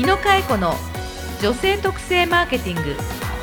野佳恵子の女性特性マーケティング。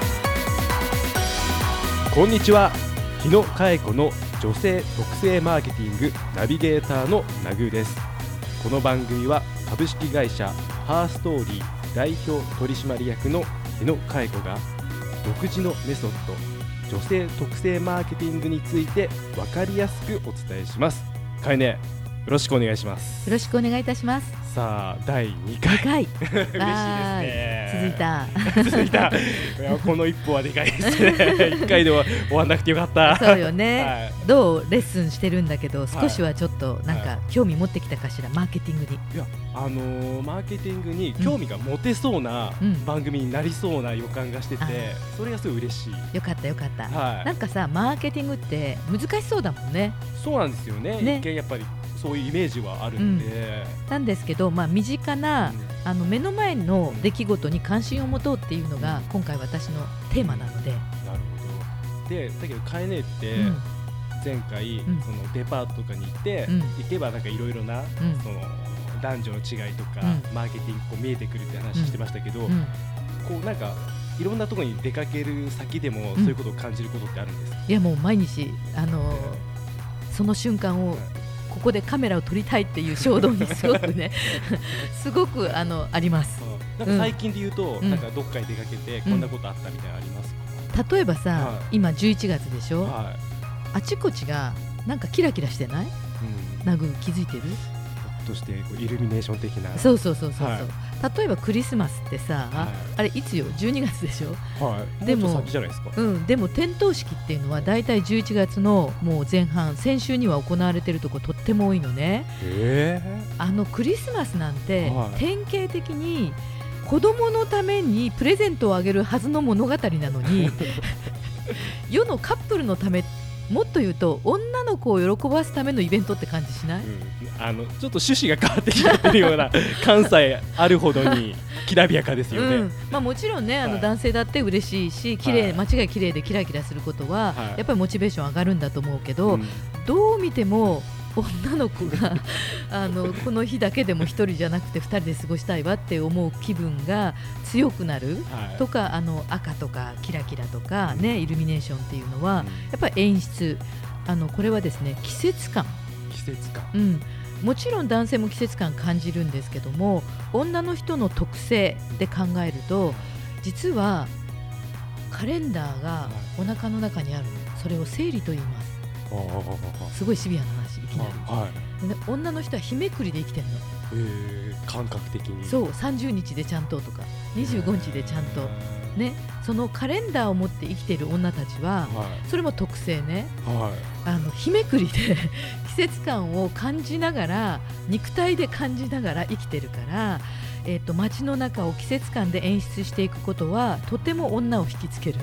こんにちは。日野佳恵子の女性特性マーケティングナビゲーターのナグーです。この番組は株式会社ハーストーリー代表取締役の日野佳恵子が独自のメソッド、女性特性マーケティングについて分かりやすくお伝えします。かえね、よろしくお願いします。 よろしくお願いいたします。 さあ第2回嬉しいですね。続いたいやこの一歩はでかいですね。1回では終わんなくてよかった。 そうよね、 はい、 どうレッスンしてるんだけど少しはちょっとなんか興味持ってきたかしら、マーケティングに。 いやマーケティングに興味が持てそうな番組になりそうな予感がしてて、それがすごい嬉しい。 よかったよかった、 はい、 なんかさマーケティングって難しそうだもんね。 そうなんですよ ね。一見やっぱりそういうイメージはあるんで、 なんですけど、身近な、目の前の出来事に関心を持とうっていうのが、今回私のテーマなので。 なるほど。でだけどカエネって、前回、そのデパートとかに行って、行けばなんかいろいろな、その男女の違いとか、マーケティングこう見えてくるって話してましたけど、こうなんかいろんなところに出かける先でもそういうことを感じることってあるんですか？ いやもう毎日その瞬間を、ここでカメラを撮りたいっていう衝動にすごくねすごくあります。 なんか最近で言うと、なんかどっかに出かけてこんなことあったみたいなのありますか？ 例えばさ、今11月でしょ、あちこちがなんかキラキラしてない？ナグ気づいてる？ としてこうイルミネーション的な。 そう、例えばクリスマスってさ、あれいつよ、12月でしょ。 でも先じゃないですか。 でも点灯式っていうのはだいたい11月のもう前半、先週には行われてるとことっても多いのね。クリスマスなんて、典型的に子供のためにプレゼントをあげるはずの物語なのに世のカップルのため、もっと言うと女の子を喜ばすためのイベントって感じしない？ ちょっと趣旨が変わってきちゃってるような関西あるほどにきらびやかですよね。 もちろんね、男性だって嬉しいし、間違い綺麗でキラキラすることは、やっぱりモチベーション上がるんだと思うけど、どう見ても女の子がこの日だけでも1人じゃなくて2人で過ごしたいわって思う気分が強くなるとか、赤とかキラキラとか、イルミネーションっていうのは、やっぱり演出、これはですね、季節感、もちろん男性も季節感感じるんですけども、女の人の特性で考えると、実はカレンダーがお腹の中にある。それを生理と言います。すごいシビアな話、いきなり、で女の人は日めくりで生きてるの。 感覚的に。そう、 30日でちゃんととか25日でちゃんとね、そのカレンダーを持って生きている女たちは、それも特性ね、日めくりで季節感を感じながら、肉体で感じながら生きてるから、街の中を季節感で演出していくことはとても女を引きつける。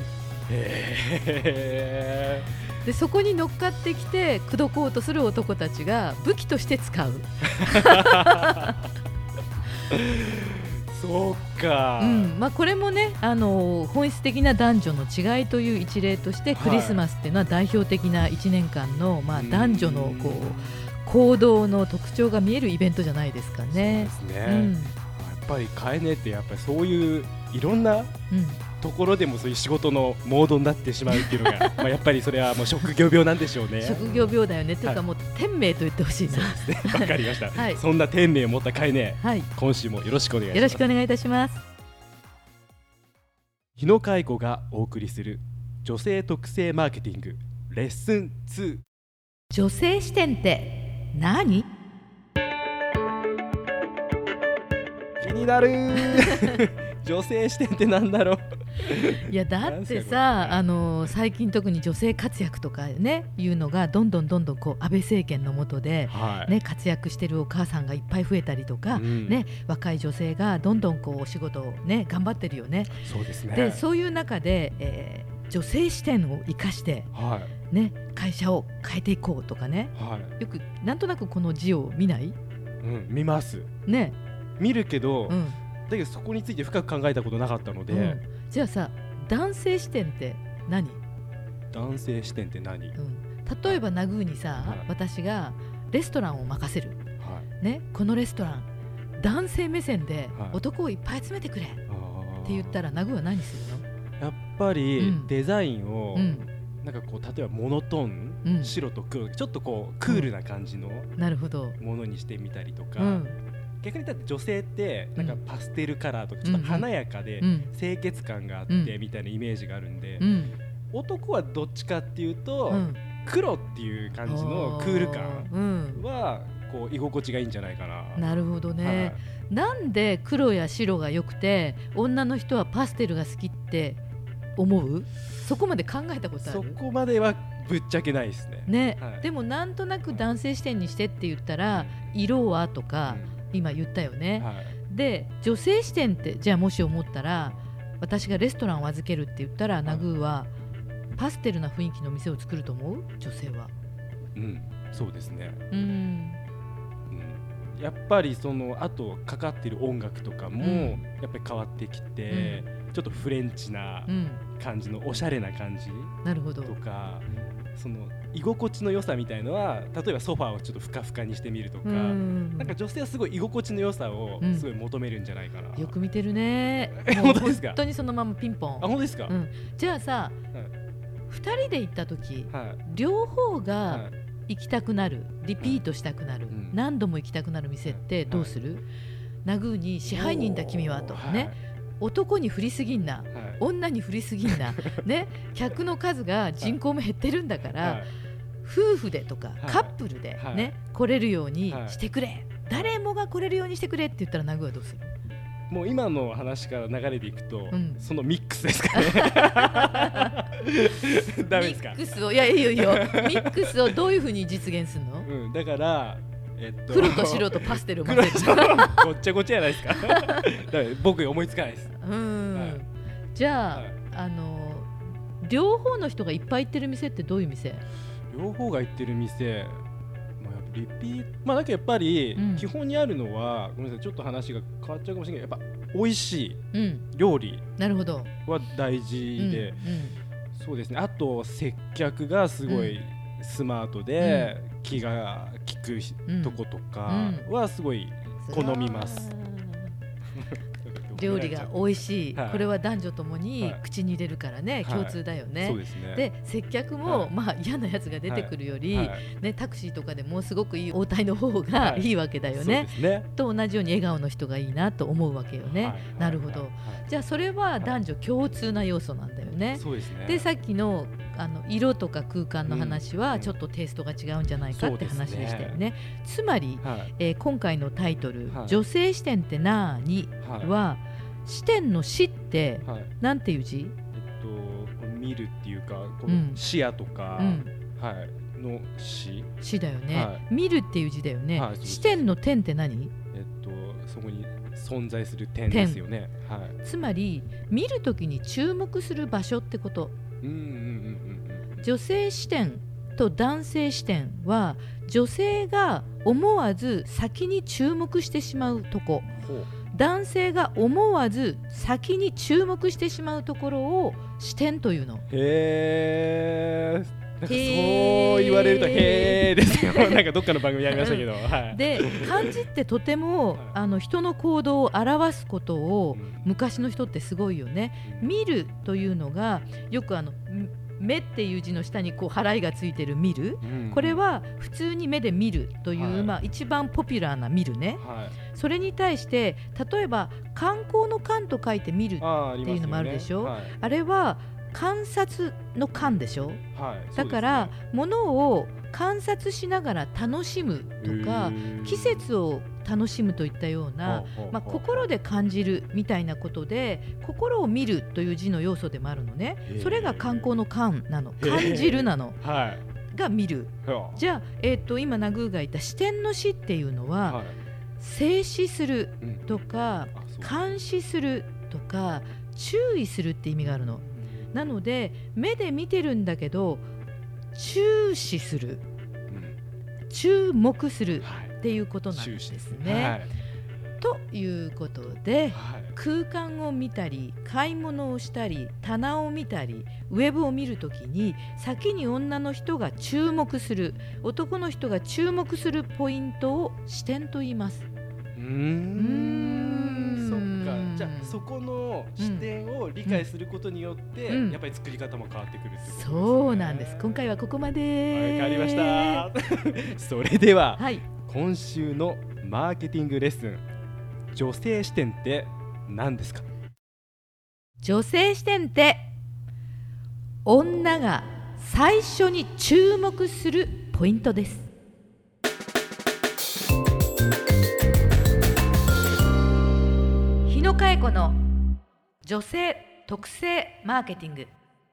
でそこに乗っかってきて口説こうとする男たちが武器として使うそうか、 これもね、本質的な男女の違いという一例として、クリスマスっていうのは代表的な1年間の、男女のこう行動の特徴が見えるイベントじゃないですかね。 そうですね、やっぱりカエネってやっぱりそういういろんな、ところでもそういう仕事のモードになってしまうっていうのがやっぱりそれはもう職業病なんでしょうね。 職業病だよね、というかもう天命と言ってほしいな。 そうですね、わかりました、そんな天命を持ったカエネ、今週もよろしくお願いします。 よろしくお願いいたします。 日野佳恵子がお送りする女性特性マーケティングレッスン2。 女性視点って何？ 気になる女性視点ってなんだろういやだってさ、最近特に女性活躍とかねいうのがどんどんこう安倍政権の下で、活躍してるお母さんがいっぱい増えたりとか、若い女性がどんどんこうお仕事をね頑張ってるよね。 そうですね。 でそういう中で、女性視点を生かして、会社を変えていこうとかね、よくなんとなくこの字を見ない？ 見ますね。見るけど、だけどそこについて深く考えたことなかったので、 じゃあさ、男性視点って何？ 男性視点って何？ 例えばナグーにさ、私がレストランを任せる、このレストラン男性目線で男をいっぱい集めてくれって言ったらナグは何するの？ やっぱりデザインを、なんかこう例えばモノトーン、白と黒、ちょっとこうクールな感じのものにしてみたりとか、逆にだって女性ってなんかパステルカラーとかちょっと華やかで清潔感があってみたいなイメージがあるんで、男はどっちかっていうと黒っていう感じのクール感はこう居心地がいいんじゃないかな。 なるほどね、なんで黒や白が良くて女の人はパステルが好きって思う？そこまで考えたことある？ そこまではぶっちゃけないですね。 でもなんとなく男性視点にしてって言ったら、色はとか、今言ったよね、で女性視点ってじゃあもし思ったら、私がレストランを預けるって言ったら、ナグーはパステルな雰囲気の店を作ると思う？女性は。 そうですね。やっぱりそのあとかかってる音楽とかもやっぱり変わってきて、ちょっとフレンチな感じのおしゃれな感じとか、その居心地の良さみたいのは、例えばソファーをちょっとふかふかにしてみるとか、なんか女性はすごい居心地の良さをすごい求めるんじゃないかな。 よく見てるね。 本当ですか？ 本当にそのままピンポン。 本当ですか？ じゃあさ、2人で行った時、両方が行きたくなる、リピートしたくなる、何度も行きたくなる店ってどうする？ナグーに支配人だ君はとね、男に振りすぎんな、女に振りすぎんな、ね、客の数が人口も減ってるんだから、夫婦でとかカップルでね、来れるようにしてくれ、誰もが来れるようにしてくれって言ったらナグーはどうする？ もう今の話から流れでいくと、そのミックスですかね。ダメですか？ ミックスを、いやいいよいいよ。ミックスをどういう風に実現するの？ だから黒と白とパステルを混ぜる。 ごっちゃごちゃじゃないですか。だから僕思いつかないです。 じゃあ、両方の人がいっぱい行ってる店ってどういう店？ 両方が行ってる店、リピート、だけどやっぱり基本にあるのは、ごめんなさい、ちょっと話が変わっちゃうかもしれないけど、やっぱ美味しい料理は大事で、そうですね。あと接客がすごいスマートで気が利くとことかはすごい好みます。 料理が美味しい、これは男女ともに口に入れるからね、共通だよね。 そうですね。 で接客も、嫌なやつが出てくるより、タクシーとかでもすごくいい応対の方がいいわけだよね。と同じように笑顔の人がいいなと思うわけよね。なるほど。じゃあそれは男女共通な要素なんだよね。 そうですね。 でさっきの色とか空間の話はちょっとテイストが違うんじゃないかって話でしたよね。つまり、今回のタイトル、女性視点ってなーには、視点の視ってなんていう字？ 見るっていうか、視野とかの視だよね。見るっていう字だよね。視点の点って何？ そこに存在する点ですよね。 つまり見るときに注目する場所ってこと。女性視点と男性視点は、女性が思わず先に注目してしまうとこ、男性が思わず先に注目してしまうところを視点というの。 へー、なんかそう言われるとへーですよ。なんかどっかの番組やりましたけど、 で漢字ってとても人の行動を表すことを昔の人ってすごいよね。見るというのがよく目っていう字の下にこう払いがついてる見る、これは普通に目で見るという、一番ポピュラーな見るね。それに対して例えば観光の観と書いて見るっていうのもあるでしょ。あれは観察の観でしょ。だから物を観察しながら楽しむとか、季節を楽しむといったような、心で感じるみたいなことで、心を見るという字の要素でもあるのね。それが観光の観なの、感じるなの、が見る。じゃあ、今ナグーが言った視点の視っていうのは、静止するとか、監視するとか、注意するって意味があるの。なので目で見てるんだけど注視する、注目するっていうことなんですね。ということで、空間を見たり買い物をしたり棚を見たりウェブを見るときに、先に女の人が注目する、男の人が注目するポイントを視点と言います。 そっか。じゃあそこの視点を理解することによって、やっぱり作り方も変わってくるってことですね。 そうなんです。今回はここまで。 わかりました。それでは、 はい、 今週のマーケティングレッスン、女性視点って何ですか？ 女性視点って女が最初に注目するポイントです。日野佳恵子の女性特性マーケティング。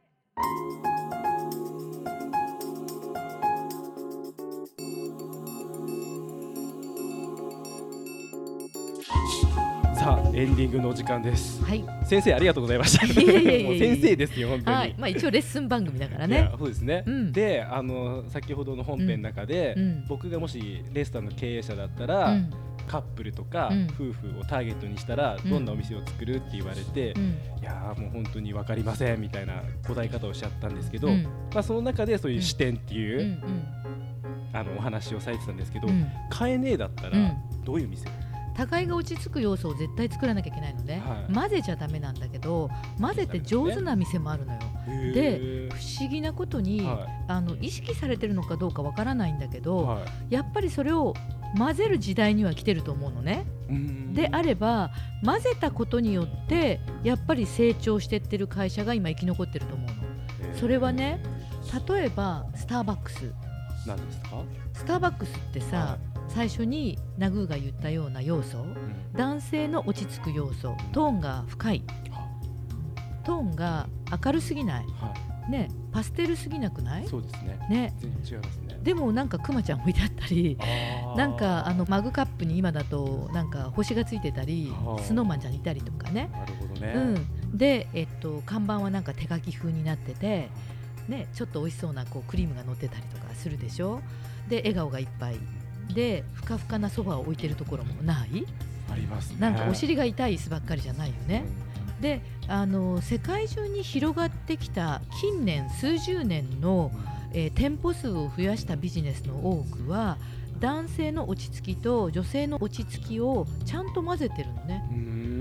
さあエンディングのお時間です。 はい、 先生ありがとうございました。もう先生ですよ本当に。 はい、一応レッスン番組だからね。 そうですね。で先ほどの本編の中で、僕がもしレストランの経営者だったら、カップルとか夫婦をターゲットにしたらどんなお店を作るって言われて、いやもう本当に分かりませんみたいな答え方をしちゃったんですけど、その中でそういう視点っていう、お話をされてたんですけど、カエネだったらどういう店を？ 互いが落ち着く要素を絶対作らなきゃいけないので、混ぜちゃダメなんだけど、混ぜて上手な店もあるのよ。で、不思議なことに、意識されてるのかどうかわからないんだけど、やっぱりそれを混ぜる時代には来てると思うのね。であれば混ぜたことによってやっぱり成長してってる会社が今生き残ってると思うの。それはね、例えばスターバックス。 何ですか？ スターバックスってさ、最初にナグーが言ったような要素、男性の落ち着く要素、トーンが深い、トーンが明るすぎない、ね、パステルすぎなくない？ そうですね。 ね、 全然違いますね。 でもなんかクマちゃん置いてあったり、なんかマグカップに今だとなんか星がついてたり、スノーマンちゃんいたりとかね。 なるほどね。 で、看板はなんか手書き風になってて、ね、ちょっと美味しそうなこうクリームが乗ってたりとかするでしょ。で笑顔がいっぱいで、ふかふかなソファーを置いてるところもない？ ありますね。 なんかお尻が痛い椅子ばっかりじゃないよね。で、世界中に広がってきた近年数十年の、店舗数を増やしたビジネスの多くは男性の落ち着きと女性の落ち着きをちゃんと混ぜてるのね。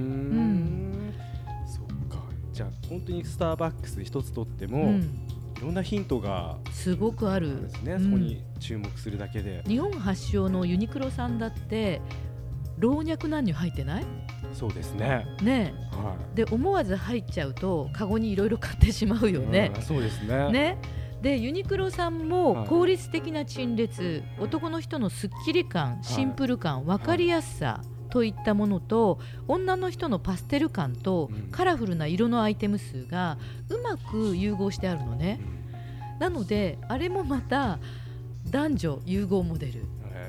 そっか。じゃあ本当にスターバックス一つとっても、いろんなヒントがすごくあるですね。そこに注目するだけで。 日本発祥のユニクロさんだって老若男女入ってない？ そうですね。 ね、で思わず入っちゃうとカゴにいろいろ買ってしまうよね。 そうですね。 ね、でユニクロさんも効率的な陳列、男の人のスッキリ感、シンプル感、分かりやすさといったものと、女の人のパステル感とカラフルな色のアイテム数がうまく融合してあるのね。なのであれもまた男女融合モデル。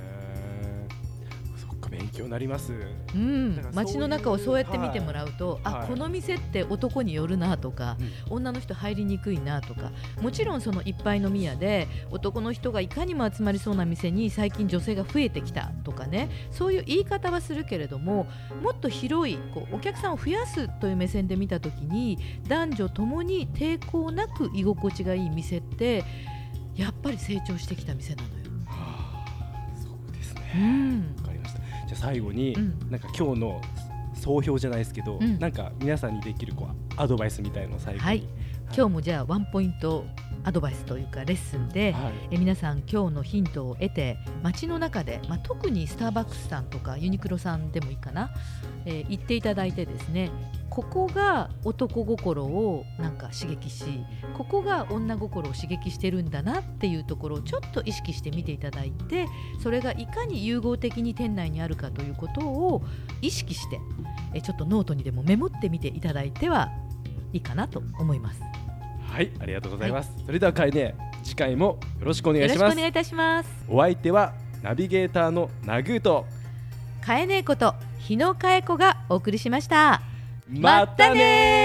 そっか、勉強になります。 街の中をそうやって見てもらうと、この店って男によるなとか、女の人入りにくいなとか、もちろんそのいっぱい飲み屋で男の人がいかにも集まりそうな店に最近女性が増えてきたとかね、そういう言い方はするけれども、もっと広いお客さんを増やすという目線で見たときに、男女ともに抵抗なく居心地がいい店ってやっぱり成長してきた店なのよ。 そうですね。わかりました。じゃあ最後に、なんか今日の総評じゃないですけど、なんか皆さんにできるアドバイスみたいなのを最後に、 今日もじゃあワンポイントアドバイスというかレッスンで、皆さん今日のヒントを得て、街の中で、特にスターバックスさんとかユニクロさんでもいいかな、行っていただいてですね、ここが男心をなんか刺激し、ここが女心を刺激してるんだなっていうところをちょっと意識して見ていただいて、それがいかに融合的に店内にあるかということを意識して、ちょっとノートにでもメモってみていただいてはいいかなと思います。 はい、ありがとうございます。それではカエネ、次回もよろしくお願いします。 よろしくお願いいたします。 お相手はナビゲーターのナグーとカエネこと日野カエ子がお送りしました。 またね。